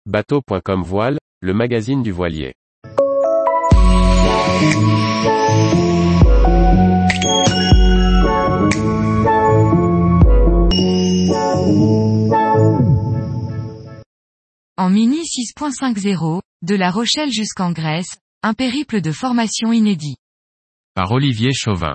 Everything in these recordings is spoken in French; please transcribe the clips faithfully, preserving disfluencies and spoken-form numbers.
bateau point com Voile, le magazine du voilier. En Mini six point cinquante, de La Rochelle jusqu'en Grèce, un périple de formation inédit. Par Olivier Chauvin.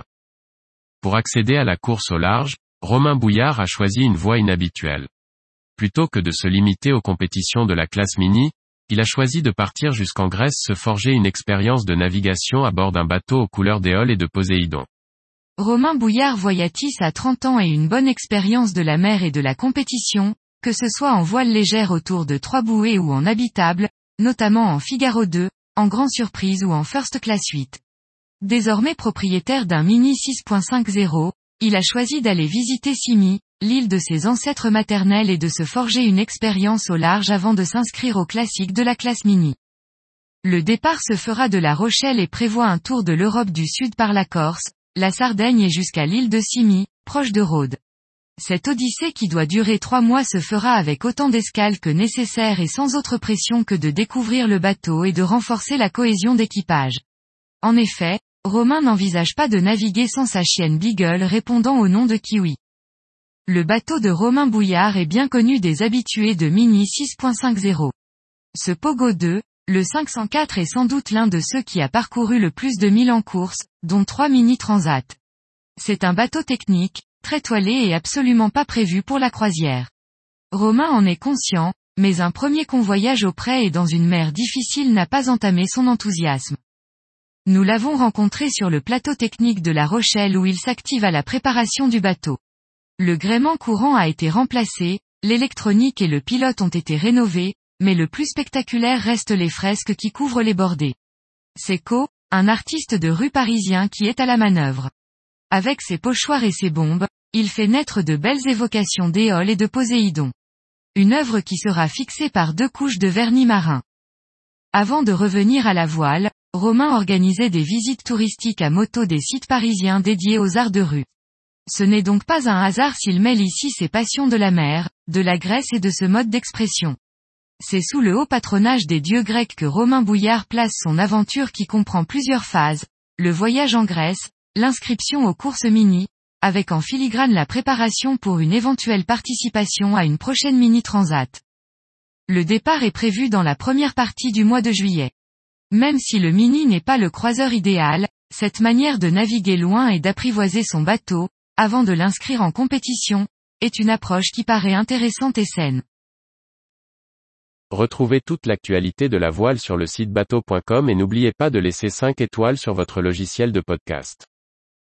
Pour accéder à la course au large, Romain Bouillard a choisi une voie inhabituelle. Plutôt que de se limiter aux compétitions de la classe Mini, il a choisi de partir jusqu'en Grèce se forger une expérience de navigation à bord d'un bateau aux couleurs d'Éole et de Poséidon. Romain Bouillard Voyatis a trente ans et une bonne expérience de la mer et de la compétition, que ce soit en voile légère autour de trois bouées ou en habitable, notamment en Figaro deux, en Grand Surprise ou en First Class huit. Désormais propriétaire d'un Mini six point cinquante, il a choisi d'aller visiter Symi, l'île de ses ancêtres maternels et de se forger une expérience au large avant de s'inscrire au classique de la classe Mini. Le départ se fera de La Rochelle et prévoit un tour de l'Europe du Sud par la Corse, la Sardaigne et jusqu'à l'île de Symi, proche de Rhodes. Cette odyssée qui doit durer trois mois se fera avec autant d'escales que nécessaire et sans autre pression que de découvrir le bateau et de renforcer la cohésion d'équipage. En effet, Romain n'envisage pas de naviguer sans sa chienne Beagle répondant au nom de Kiwi. Le bateau de Romain Bouillard est bien connu des habitués de Mini six point cinquante. Ce Pogo deux, le cinq cent quatre est sans doute l'un de ceux qui a parcouru le plus de milles en course, dont trois Mini Transat. C'est un bateau technique, très toilé et absolument pas prévu pour la croisière. Romain en est conscient, mais un premier convoyage au près et dans une mer difficile n'a pas entamé son enthousiasme. Nous l'avons rencontré sur le plateau technique de La Rochelle où il s'active à la préparation du bateau. Le gréement courant a été remplacé, l'électronique et le pilote ont été rénovés, mais le plus spectaculaire reste les fresques qui couvrent les bordées. C'est Co, un artiste de rue parisien qui est à la manœuvre. Avec ses pochoirs et ses bombes, il fait naître de belles évocations d'Éole et de Poséidon. Une œuvre qui sera fixée par deux couches de vernis marin. Avant de revenir à la voile, Romain organisait des visites touristiques à moto des sites parisiens dédiés aux arts de rue. Ce n'est donc pas un hasard s'il mêle ici ses passions de la mer, de la Grèce et de ce mode d'expression. C'est sous le haut patronage des dieux grecs que Romain Bouillard place son aventure qui comprend plusieurs phases, le voyage en Grèce, l'inscription aux courses mini, avec en filigrane la préparation pour une éventuelle participation à une prochaine Mini Transat. Le départ est prévu dans la première partie du mois de juillet. Même si le Mini n'est pas le croiseur idéal, cette manière de naviguer loin et d'apprivoiser son bateau, avant de l'inscrire en compétition, est une approche qui paraît intéressante et saine. Retrouvez toute l'actualité de la voile sur le site bateau point com et n'oubliez pas de laisser cinq étoiles sur votre logiciel de podcast.